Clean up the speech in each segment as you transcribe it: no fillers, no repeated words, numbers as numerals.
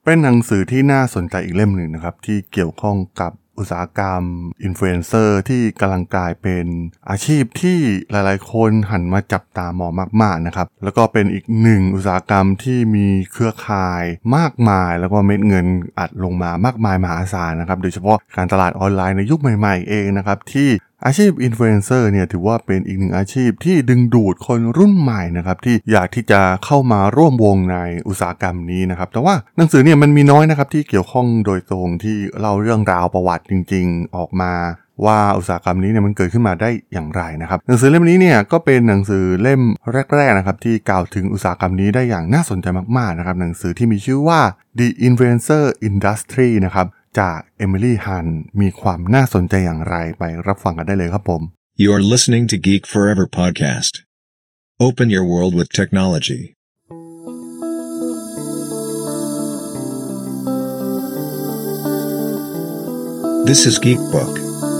เป็นหนังสือที่น่าสนใจอีกเล่มหนึ่งนะครับที่เกี่ยวข้องกับอุตสาหกรรมอินฟลูเอนเซอร์ที่กำลังกลายเป็นอาชีพที่หลายๆคนหันมาจับตามองมากๆนะครับแล้วก็เป็นอีกหนึ่งอุตสาหกรรมที่มีเครือข่ายมากมายแล้วก็เม็ดเงินอัดลงมามากมายมหาศาลนะครับโดยเฉพาะการตลาดออนไลน์ในยุคใหม่ๆเองนะครับที่อาชีพอินฟลูเอนเซอร์เนี่ยถือว่าเป็นอีกหนึ่งอาชีพที่ดึงดูดคนรุ่นใหม่นะครับที่อยากที่จะเข้ามาร่วมวงในอุตสาหกรรมนี้นะครับแต่ว่าหนังสือเนี่ยมันมีน้อยนะครับที่เกี่ยวข้องโดยตรงที่เล่าเรื่องราวประวัติจริงๆออกมาว่าอุตสาหกรรมนี้เนี่ยมันเกิดขึ้นมาได้อย่างไรนะครับหนังสือเล่มนี้เนี่ยก็เป็นหนังสือเล่มแรกๆนะครับที่กล่าวถึงอุตสาหกรรมนี้ได้อย่างน่าสนใจมากๆนะครับหนังสือที่มีชื่อว่า The Influencer Industry นะครับจากเอมิลี่ฮันมีความน่าสนใจอย่างไรไปรับฟังกันได้เลยครับผม You're listening to Geek Forever podcast. Open your world with technology. This is Geek Book.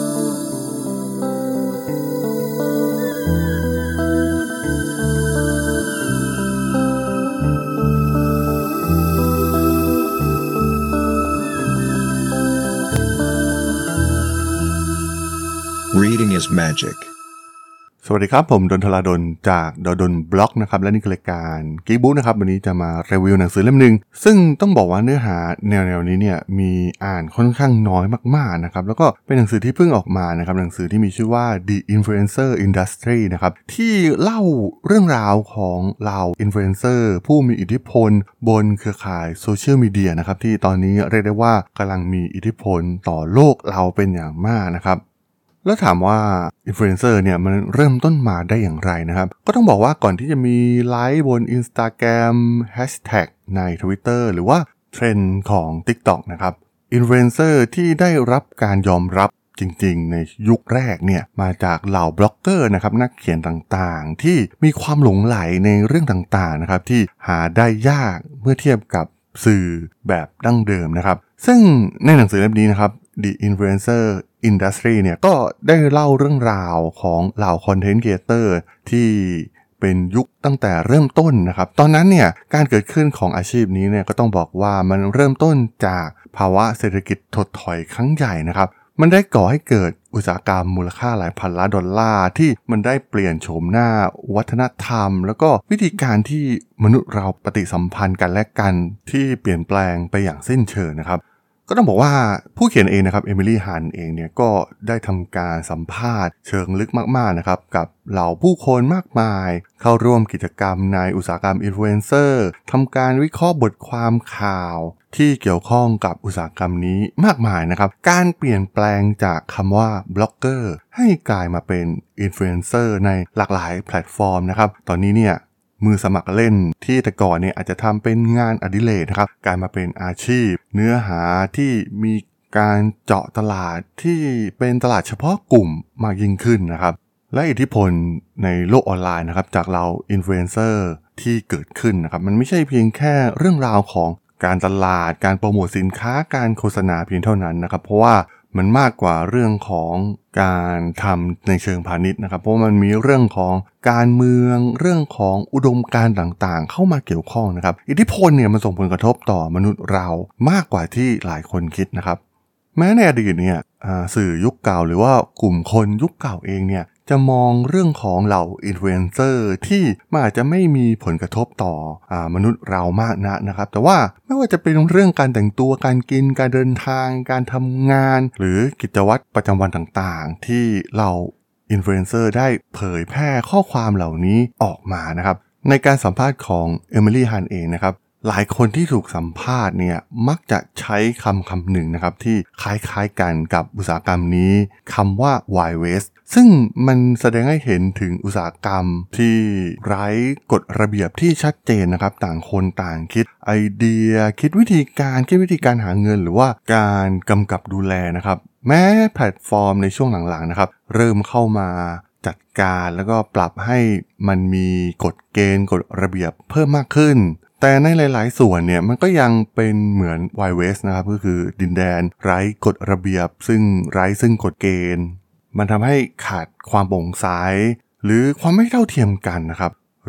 Reading is magic. สวัสดีครับผมดนทราดลจากดนบล็อกนะครับและนี่คือรายการ Geek Book นะครับวันนี้จะมารีวิวหนังสือเล่มนึงซึ่งต้องบอกว่าเนื้อหาแนวนี้เนี่ยมีอ่านค่อนข้างน้อยมากๆนะครับแล้วก็เป็นหนังสือที่เพิ่งออกมานะครับหนังสือที่มีชื่อว่า The Influencer Industry นะครับที่เล่าเรื่องราวของเหล่าอินฟลูเอนเซอร์ผู้มีอิทธิพลบนเครือข่ายโซเชียลมีเดียนะครับที่ตอนนี้เรียกได้ว่ากำลังมีอิทธิพลต่อโลกเราเป็นอย่างมากนะครับแล้วถามว่าอินฟลูเอนเซอร์เนี่ยมันเริ่มต้นมาได้อย่างไรนะครับก็ต้องบอกว่าก่อนที่จะมีไลค์บน Instagram แฮชแท็กใน Twitter หรือว่าเทรนด์ของ TikTok นะครับอินฟลูเอนเซอร์ที่ได้รับการยอมรับจริงๆในยุคแรกเนี่ยมาจากเหล่าบล็อกเกอร์นะครับนักเขียนต่างๆที่มีความหลงใหลในเรื่องต่างๆนะครับที่หาได้ยากเมื่อเทียบกับสื่อแบบดั้งเดิมนะครับซึ่งในหนังสือเล่มนี้นะครับ The Influencer Industry เนี่ยก็ได้เล่าเรื่องราวของเหล่าคอนเทนต์ครีเอเตอร์ที่เป็นยุคตั้งแต่เริ่มต้นนะครับตอนนั้นเนี่ยการเกิดขึ้นของอาชีพนี้เนี่ยก็ต้องบอกว่ามันเริ่มต้นจากภาวะเศรษฐกิจถดถอยครั้งใหญ่นะครับมันได้ก่อให้เกิดอุตสาหกรรมมูลค่าหลายพันล้านดอลลาร์ที่มันได้เปลี่ยนโฉมหน้าวัฒนธรรมแล้วก็วิธีการที่มนุษย์เราปฏิสัมพันธ์กันและกันที่เปลี่ยนแปลงไปอย่างสิ้นเชิงนะครับก็ต้องบอกว่าผู้เขียนเองนะครับเอมิลี่ฮันเองเนี่ยก็ได้ทำการสัมภาษณ์เชิงลึกมากๆนะครับกับเหล่าผู้คนมากมายเข้าร่วมกิจกรรมในอุตสาหกรรมอินฟลูเอนเซอร์ทำการวิเคราะห์บทความข่าวที่เกี่ยวข้องกับอุตสาหกรรมนี้มากมายนะครับการเปลี่ยนแปลงจากคำว่าบล็อกเกอร์ให้กลายมาเป็นอินฟลูเอนเซอร์ในหลากหลายแพลตฟอร์มนะครับตอนนี้เนี่ยมือสมัครเล่นที่แต่ก่อนเนี่ยอาจจะทำเป็นงานอดิเรกนะครับกลายมาเป็นอาชีพเนื้อหาที่มีการเจาะตลาดที่เป็นตลาดเฉพาะกลุ่มมากยิ่งขึ้นนะครับและอิทธิพลในโลกออนไลน์นะครับจากเราอินฟลูเอนเซอร์ที่เกิดขึ้นนะครับมันไม่ใช่เพียงแค่เรื่องราวของการตลาดการโปรโมทสินค้าการโฆษณาเพียงเท่านั้นนะครับเพราะว่ามันมากกว่าเรื่องของการทำในเชิงพาณิชย์นะครับเพราะมันมีเรื่องของการเมืองเรื่องของอุดมการณ์ต่างๆเข้ามาเกี่ยวข้องนะครับอิทธิพลเนี่ยมันส่งผลกระทบต่อมนุษย์เรามากกว่าที่หลายคนคิดนะครับแม้ในอดีตเนี่ยสื่อยุคเก่าหรือว่ากลุ่มคนยุคเก่าเองเนี่ยจะมองเรื่องของเหล่าอินฟลูเอนเซอร์ที่มันอาจจะไม่มีผลกระทบต่อมนุษย์เรามากนะครับแต่ว่าไม่ว่าจะเป็นเรื่องการแต่งตัวการกินการเดินทางการทำงานหรือกิจวัตรประจำวันต่างๆที่เราอินฟลูเอนเซอร์ได้เผยแพร่ข้อความเหล่านี้ออกมานะครับในการสัมภาษณ์ของเอมิลี่ฮันเองนะครับหลายคนที่ถูกสัมภาษณ์เนี่ยมักจะใช้คำหนึ่งนะครับที่คล้ายๆกันกับอุตสาหกรรมนี้คำว่า Wild West ซึ่งมันแสดงให้เห็นถึงอุตสาหกรรมที่ไร้กฎระเบียบที่ชัดเจนนะครับต่างคนต่างคิดไอเดียคิดวิธีการหาเงินหรือว่าการกำกับดูแลนะครับแม้แพลตฟอร์มในช่วงหลังๆนะครับเริ่มเข้ามาจัดการแล้วก็ปรับให้มันมีกฎเกณฑ์กฎระเบียบเพิ่มมากขึ้นแต่ในหลายๆส่วนเนี่ยมันก็ยังเป็นเหมือน Wild West นะครับก็คือดินแดนไร้กฎระเบียบไร้ซึ่งกฎเกณฑ์มันทำให้ขาดความโปร่งใสหรือความไม่เท่าเทียมกันนะครับ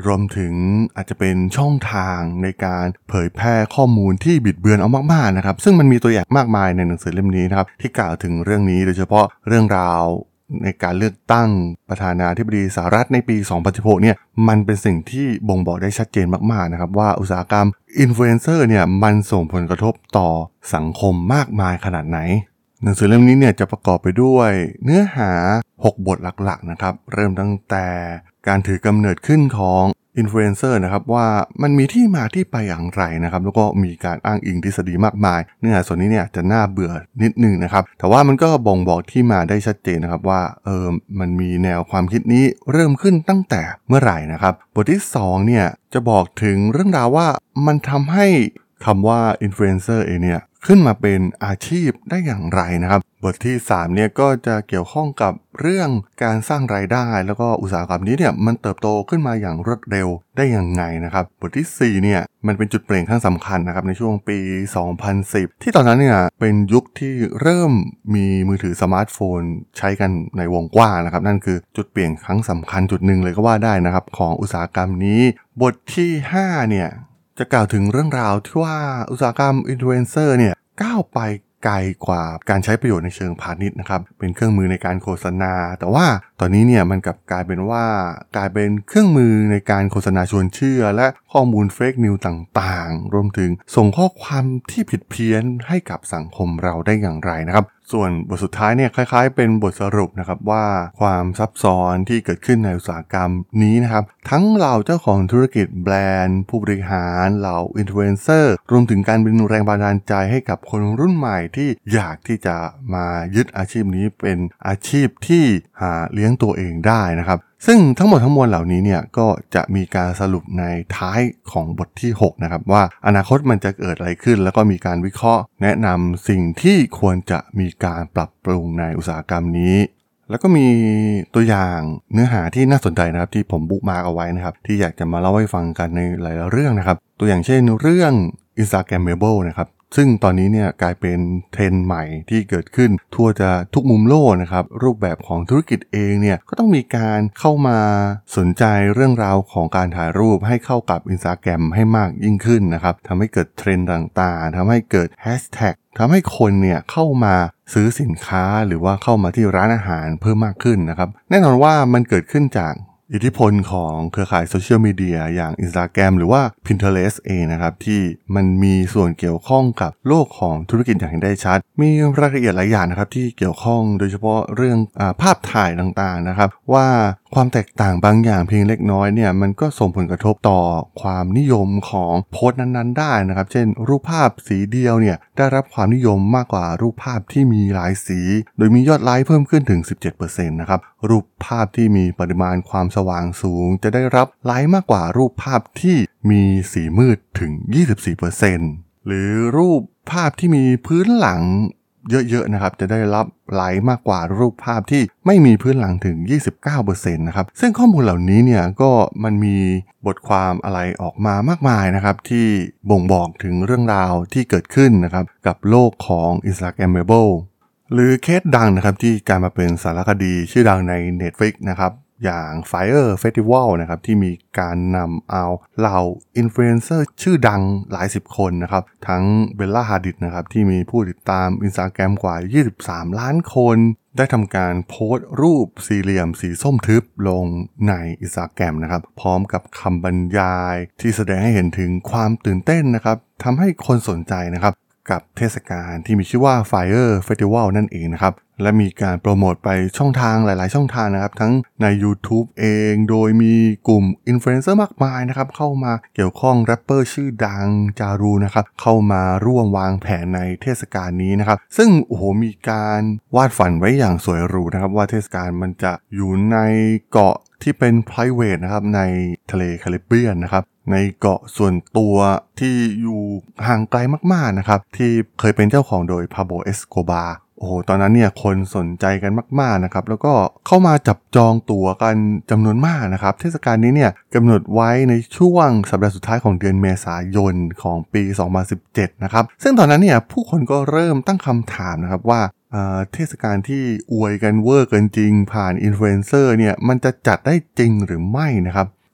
รวมถึงอาจจะเป็นช่องทางในการเผยแพร่ข้อมูลที่บิดเบือนเอามากๆนะครับซึ่งมันมีตัวอย่างมากมายในหนังสือเล่มนี้นะครับที่กล่าวถึงเรื่องนี้โดยเฉพาะเรื่องราวในการเลือกตั้งประธานาธิบดีสหรัฐในปี 2016 เนี่ยมันเป็นสิ่งที่บ่งบอกได้ชัดเจนมากๆนะครับว่าอุตสาหกรรมอินฟลูเอนเซอร์เนี่ยมันส่งผลกระทบต่อสังคมมากมายขนาดไหนหนังสือเล่มนี้เนี่ยจะประกอบไปด้วยเนื้อหา6บทหลักๆนะครับเริ่มตั้งแต่การถือกำเนิดขึ้นของอินฟลูเอนเซอร์นะครับว่ามันมีที่มาที่ไปอย่างไรนะครับแล้วก็มีการอ้างอิงทฤษฎีมากมายเนื้อหาส่วนนี้เนี่ยจะน่าเบื่อนิดนึงนะครับแต่ว่ามันก็บ่งบอกที่มาได้ชัดเจนนะครับว่ามันมีแนวความคิดนี้เริ่มขึ้นตั้งแต่เมื่อไหร่นะครับบทที่2เนี่ยจะบอกถึงเรื่องราวว่ามันทำให้คำว่าอินฟลูเอนเซอร์เองเนี่ยขึ้นมาเป็นอาชีพได้อย่างไรนะครับบทที่3เนี่ยก็จะเกี่ยวข้องกับเรื่องการสร้างรายได้แล้วก็อุตสาหกรรมนี้เนี่ยมันเติบโตขึ้นมาอย่างรวดเร็วได้ยังไงนะครับบทที่4เนี่ยมันเป็นจุดเปลี่ยนครั้งสำคัญนะครับในช่วงปี 2010 ที่ตอนนั้นเนี่ยเป็นยุคที่เริ่มมีมือถือสมาร์ทโฟนใช้กันในวงกว้างนะครับนั่นคือจุดเปลี่ยนครั้งสำคัญจุดหนึ่งเลยก็ว่าได้นะครับของอุตสาหกรรมนี้บทที่5เนี่ยจะกล่าวถึงเรื่องราวที่ว่าอุตสาหกรรมอินฟลูเอนเซอร์เนี่ยก้าวไปไกลกว่าการใช้ประโยชน์ในเชิงพาณิชย์นะครับเป็นเครื่องมือในการโฆษณาแต่ว่าตอนนี้เนี่ยมันกลับกลายเป็นเครื่องมือในการโฆษณาชวนเชื่อและข้อมูลเฟกนิวต่างๆรวมถึงส่งข้อความที่ผิดเพี้ยนให้กับสังคมเราได้อย่างไรนะครับส่วนบทสุดท้ายเนี่ยคล้ายๆเป็นบทสรุปนะครับว่าความซับซ้อนที่เกิดขึ้นในอุตสาหกรรมนี้นะครับทั้งเหล่าเจ้าของธุรกิจแบรนด์ผู้บริหารเหล่าอินฟลูเอนเซอร์รวมถึงการเป็นแรงบันดาลใจให้กับคนรุ่นใหม่ที่อยากที่จะมายึดอาชีพนี้เป็นอาชีพที่หาเลี้ยงตัวเองได้นะครับซึ่งทั้งหมดทั้งมวลเหล่านี้เนี่ยก็จะมีการสรุปในท้ายของบทที่6นะครับว่าอนาคตมันจะเกิดอะไรขึ้นแล้วก็มีการวิเคราะห์แนะนำสิ่งที่ควรจะมีการปรับปรุงในอุตสาหกรรมนี้แล้วก็มีตัวอย่างเนื้อหาที่น่าสนใจนะครับที่ผมบุ๊กมาร์กเอาไว้นะครับที่อยากจะมาเล่าให้ฟังกันในหลายๆเรื่องนะครับตัวอย่างเช่นเรื่อง Instagrammable นะครับซึ่งตอนนี้เนี่ยกลายเป็นเทรนด์ใหม่ที่เกิดขึ้นทั่วจะทุกมุมโลกนะครับรูปแบบของธุรกิจเองเนี่ยก็ต้องมีการเข้ามาสนใจเรื่องราวของการถ่ายรูปให้เข้ากับ Instagram ให้มากยิ่งขึ้นนะครับทำให้เกิดเทรนด์ต่างๆทำให้เกิดแฮชแท็กทำให้คนเนี่ยเข้ามาซื้อสินค้าหรือว่าเข้ามาที่ร้านอาหารเพิ่มมากขึ้นนะครับแน่นอนว่ามันเกิดขึ้นจากอิทธิพลของเครือข่ายโซเชียลมีเดียอย่าง Instagram หรือว่า Pinterest เองนะครับที่มันมีส่วนเกี่ยวข้องกับโลกของธุรกิจอย่างเห็นได้ชัดมีรายละเอียดหลายอย่างนะครับที่เกี่ยวข้องโดยเฉพาะเรื่องภาพถ่ายต่างๆนะครับว่าความแตกต่างบางอย่างเพียงเล็กน้อยเนี่ยมันก็ส่งผลกระทบต่อความนิยมของโพสต์นั้นๆได้นะครับเช่นรูปภาพสีเดียวเนี่ยได้รับความนิยมมากกว่ารูปภาพที่มีหลายสีโดยมียอดไลค์เพิ่มขึ้นถึง 17% นะครับรูปภาพที่มีปริมาณความสว่างสูงจะได้รับไลค์มากกว่ารูปภาพที่มีสีมืดถึง 24% หรือรูปภาพที่มีพื้นหลังเยอะๆนะครับจะได้รับไลค์มากกว่ารูปภาพที่ไม่มีพื้นหลังถึง 29% นะครับซึ่งข้อมูลเหล่านี้เนี่ยก็มันมีบทความอะไรออกมามากมายนะครับที่บ่งบอกถึงเรื่องราวที่เกิดขึ้นนะครับกับโลกของ Instagrammable หรือเคสดังนะครับที่กลายมาเป็นสารคดีชื่อดังใน Netflix นะครับอย่าง Fire Festival นะครับที่มีการนำเอาเหล่าอินฟลูเอนเซอร์ชื่อดังหลายสิบคนนะครับทั้งเบลล่าฮาดิดนะครับที่มีผู้ติดตาม Instagram กว่า23ล้านคนได้ทำการโพสต์รูปสี่เหลี่ยมสีส้มทึบลงใน Instagram นะครับพร้อมกับคำบรรยายที่แสดงให้เห็นถึงความตื่นเต้นนะครับทำให้คนสนใจนะครับกับเทศกาลที่มีชื่อว่า Fire Festival นั่นเองนะครับและมีการโปรโมทไปช่องทางหลายๆช่องทางนะครับทั้งใน YouTube เองโดยมีกลุ่มอินฟลูเอนเซอร์มากมายนะครับเข้ามาเกี่ยวข้องแรปเปอร์ชื่อดังจารูนะครับเข้ามาร่วมวางแผนในเทศกาลนี้นะครับซึ่งมีการวาดฝันไว้อย่างสวยหรูนะครับว่าเทศกาลมันจะอยู่ในเกาะที่เป็น private นะครับในทะเลแคริบเบียนนะครับในเกาะส่วนตัวที่อยู่ห่างไกลมากๆนะครับที่เคยเป็นเจ้าของโดยพาโบ เอสโกบาตอนนั้นเนี่ยคนสนใจกันมากๆนะครับแล้วก็เข้ามาจับจองตั๋วกันจำนวนมากนะครับเทศกาลนี้เนี่ยกำหนดไว้ในช่วงสัปดาห์สุดท้ายของเดือนเมษายนของปี 2017 นะครับซึ่งตอนนั้นเนี่ยผู้คนก็เริ่มตั้งคำถามนะครับว่าเทศกาลที่อวยกันเวอร์เกินจริงผ่านอินฟลูเอนเซอร์เนี่ยมันจะจัดได้จริงหรือไม่นะครับ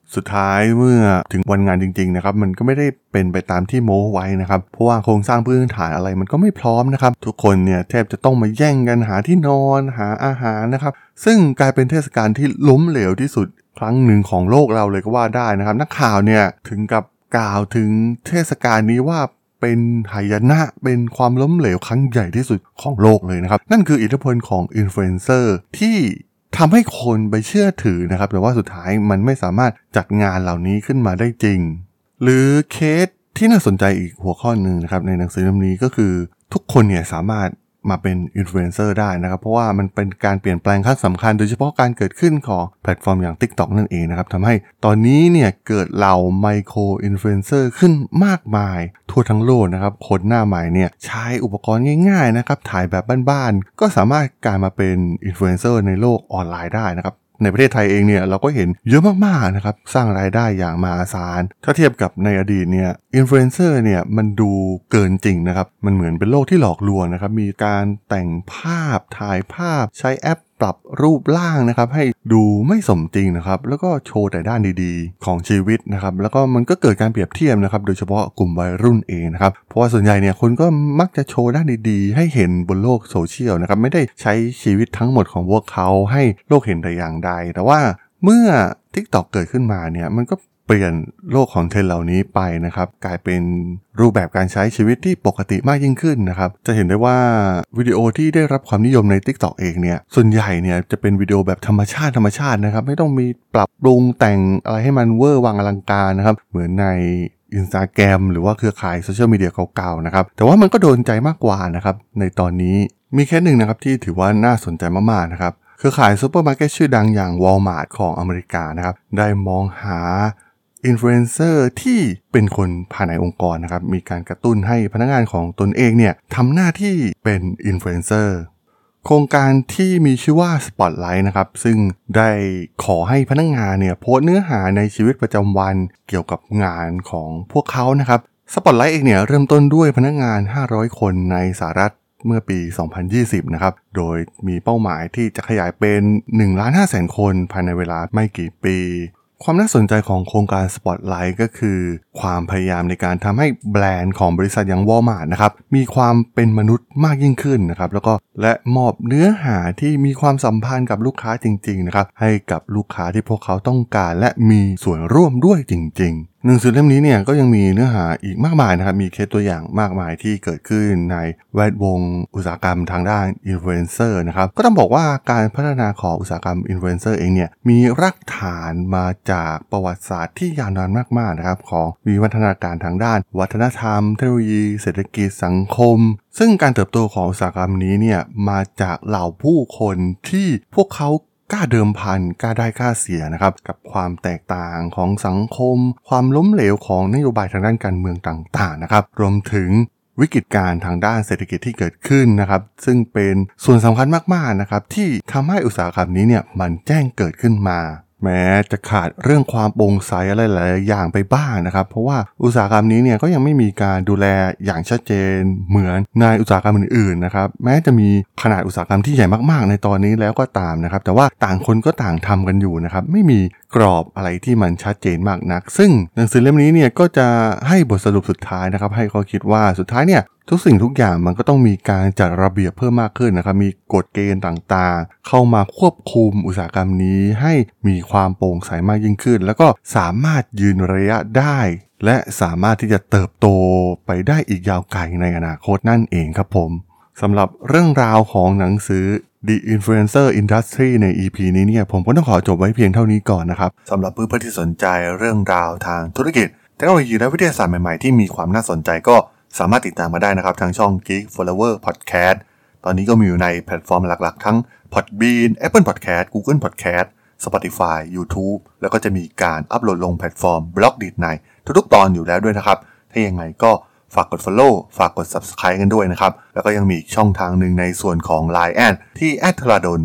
สุดท้ายเมื่อถึงวันงานจริงๆนะครับมันก็ไม่ได้เป็นไปตามที่โม้ไว้นะครับเพราะว่าโครงสร้างพื้นฐานอะไรมันก็ไม่พร้อมนะครับทุกคนเนี่ยแทบจะต้องมาแย่งกันหาที่นอนหาอาหารนะครับซึ่งกลายเป็นเทศกาลที่ล้มเหลวที่สุดครั้งหนึ่งของโลกเราเลยก็ว่าได้นะครับนักข่าวเนี่ยถึงกับกล่าวถึงเทศกาลนี้ว่าเป็นหายนะเป็นความล้มเหลวครั้งใหญ่ที่สุดของโลกเลยนะครับนั่นคืออิทธิพลของอินฟลูเอนเซอร์ที่ทำให้คนไปเชื่อถือนะครับแต่ว่าสุดท้ายมันไม่สามารถจัดงานเหล่านี้ขึ้นมาได้จริงหรือเคสที่น่าสนใจอีกหัวข้อหนึ่งนะครับในหนังสือเล่มนี้ก็คือทุกคนเนี่ยสามารถมาเป็นอินฟลูเอนเซอร์ได้นะครับเพราะว่ามันเป็นการเปลี่ยนแปลงครั้งสำคัญโดยเฉพาะการเกิดขึ้นของแพลตฟอร์มอย่าง TikTok นั่นเองนะครับทำให้ตอนนี้เนี่ยเกิดเหล่าไมโครอินฟลูเอนเซอร์ขึ้นมากมายทั่วทั้งโลกนะครับคนหน้าใหม่เนี่ยใช้อุปกรณ์ง่ายๆนะครับถ่ายแบบบ้านๆก็สามารถกลายมาเป็นอินฟลูเอนเซอร์ในโลกออนไลน์ได้นะครับในประเทศไทยเองเนี่ยเราก็เห็นเยอะมากๆนะครับสร้างรายได้อย่างมหาศาลถ้าเทียบกับในอดีตเนี่ยอินฟลูเอนเซอร์เนี่ยมันดูเกินจริงนะครับมันเหมือนเป็นโลกที่หลอกลวงนะครับมีการแต่งภาพถ่ายภาพใช้แอปปรับรูปร่างนะครับให้ดูไม่สมจริงนะครับแล้วก็โชว์แต่ด้านดีๆของชีวิตนะครับแล้วก็มันก็เกิดการเปรียบเทียบนะครับโดยเฉพาะกลุ่มวัยรุ่นเองนะครับเพราะว่าส่วนใหญ่เนี่ยคนก็มักจะโชว์ด้านดีๆให้เห็นบนโลกโซเชียลนะครับไม่ได้ใช้ชีวิตทั้งหมดของพวกเขาให้โลกเห็นแต่อย่างใดแต่ว่าเมื่อ TikTok เกิดขึ้นมาเนี่ยมันก็เปลี่ยนโลกของเทรนด์เหล่านี้ไปนะครับกลายเป็นรูปแบบการใช้ชีวิตที่ปกติมากยิ่งขึ้นนะครับจะเห็นได้ว่าวิดีโอที่ได้รับความนิยมใน TikTok เองเนี่ยส่วนใหญ่เนี่ยจะเป็นวิดีโอแบบธรรมชาตินะครับไม่ต้องมีปรับปรุงแต่งอะไรให้มันเวอร์วังอลังการนะครับเหมือนในInstagram หรือว่าเครือข่ายโซเชียลมีเดียเก่าๆนะครับแต่ว่ามันก็โดนใจมากกว่านะครับในตอนนี้มีแค่หนึ่งนะครับที่ถือว่าน่าสนใจมากๆนะครับเครือข่ายซูเปอร์มาร์เก็ตชื่อดังอย่าง Walmart ของอเมริกานะครับได้มองหาอินฟลูเอนเซอร์ที่เป็นคนภายในองค์กรนะครับมีการกระตุ้นให้พนักงานของตนเองเนี่ยทำหน้าที่เป็นอินฟลูเอนเซอร์โครงการที่มีชื่อว่า Spotlight นะครับซึ่งได้ขอให้พนักงานเนี่ยโพสต์เนื้อหาในชีวิตประจำวันเกี่ยวกับงานของพวกเขานะครับ Spotlight เองเนี่ยเริ่มต้นด้วยพนักงาน500คนในสหรัฐเมื่อปี 2020 นะครับโดยมีเป้าหมายที่จะขยายเป็น 1,500,000 คนภายในเวลาไม่กี่ปีความน่าสนใจของโครงการ Spotlight ก็คือความพยายามในการทำให้แบรนด์ของบริษัทอย่าง Walmart นะครับมีความเป็นมนุษย์มากยิ่งขึ้นนะครับแล้วก็และมอบเนื้อหาที่มีความสัมพันธ์กับลูกค้าจริงๆนะครับให้กับลูกค้าที่พวกเขาต้องการและมีส่วนร่วมด้วยจริงๆหนังสือเล่มนี้เนี่ยก็ยังมีเนื้อหาอีกมากมายนะครับมีเคสตัวอย่างมากมายที่เกิดขึ้นในแวดวงอุตสาหกรรมทางด้านอินฟลูเอนเซอร์นะครับก็ต้องบอกว่าการพัฒนาของอุตสาหกรรมอินฟลูเอนเซอร์เองเนี่ยมีรากฐานมาจากประวัติศาสตร์ที่ยาวนานมากๆนะครับของวิวัฒนาการทางด้านวัฒนธรรมเทคโนโลยีเศรษฐกิจสังคมซึ่งการเติบโตของอุตสาหกรรมนี้เนี่ยมาจากเหล่าผู้คนที่พวกเขากล้าเดิมพันกล้าได้กล้าเสียนะครับกับความแตกต่างของสังคมความล้มเหลวของนโยบายทางด้านการเมืองต่างๆนะครับรวมถึงวิกฤตการณ์ทางด้านเศรษฐกิจที่เกิดขึ้นนะครับซึ่งเป็นส่วนสำคัญมากๆนะครับที่ทำให้อุตสาหกรรมนี้เนี่ยมันแจ้งเกิดขึ้นมาแม้จะขาดเรื่องความโปร่งใสอะไรหลายอย่างไปบ้างนะครับเพราะว่าอุตสาหกรรมนี้เนี่ยก็ยังไม่มีการดูแลอย่างชัดเจนเหมือนในอุตสาหกรรมอื่นๆนะครับแม้จะมีขนาดอุตสาหกรรมที่ใหญ่มากๆในตอนนี้แล้วก็ตามนะครับแต่ว่าต่างคนก็ต่างทำกันอยู่นะครับไม่มีกรอบอะไรที่มันชัดเจนมากนักซึ่งหนังสือเล่มนี้เนี่ยก็จะให้บทสรุปสุดท้ายนะครับให้เขาคิดว่าสุดท้ายเนี่ยทุกสิ่งทุกอย่างมันก็ต้องมีการจัดระเบียบเพิ่มมากขึ้นนะครับมีกฎเกณฑ์ต่างๆเข้ามาควบคุมอุตสาหกรรมนี้ให้มีความโปร่งใสมากยิ่งขึ้นแล้วก็สามารถยืนระยะได้และสามารถที่จะเติบโตไปได้อีกยาวไกลในอนาคตนั่นเองครับผมสำหรับเรื่องราวของหนังสือ The Influencer Industry ใน EP นี้เนี่ยผมก็ต้องขอจบไว้เพียงเท่านี้ก่อนนะครับสำหรับเพื่อนๆที่สนใจเรื่องราวทางธุรกิจเทคโนโลยีและวิทยาศาสตร์ใหม่ๆที่มีความน่าสนใจก็สามารถติดตามมาได้นะครับทางช่อง Geek Flower Podcast ตอนนี้ก็มีอยู่ในแพลตฟอร์มหลักๆทั้ง Podbean, Apple Podcast, Google Podcast, Spotify, YouTube แล้วก็จะมีการอัปโหลดลงแพลตฟอร์ม Blogdit ในทุกๆตอนอยู่แล้วด้วยนะครับถ้ายังไงก็ฝากกด follow ฝากกด subscribe กันด้วยนะครับแล้วก็ยังมีอีกช่องทางหนึ่งในส่วนของ Line แอดที่ @thradol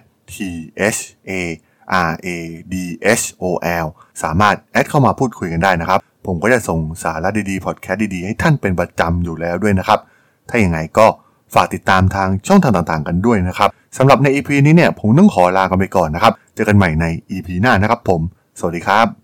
@THARADSOL สามารถแอดเข้ามาพูดคุยกันได้นะครับผมก็จะส่งสาระดีๆพอดแคสต์ดีๆให้ท่านเป็นประจำอยู่แล้วด้วยนะครับถ้าอย่างไรก็ฝากติดตามทางช่องทางต่างๆกันด้วยนะครับสำหรับใน EP นี้เนี่ยผมต้องขอลากันไปก่อนนะครับเจอกันใหม่ใน EP หน้านะครับผมสวัสดีครับ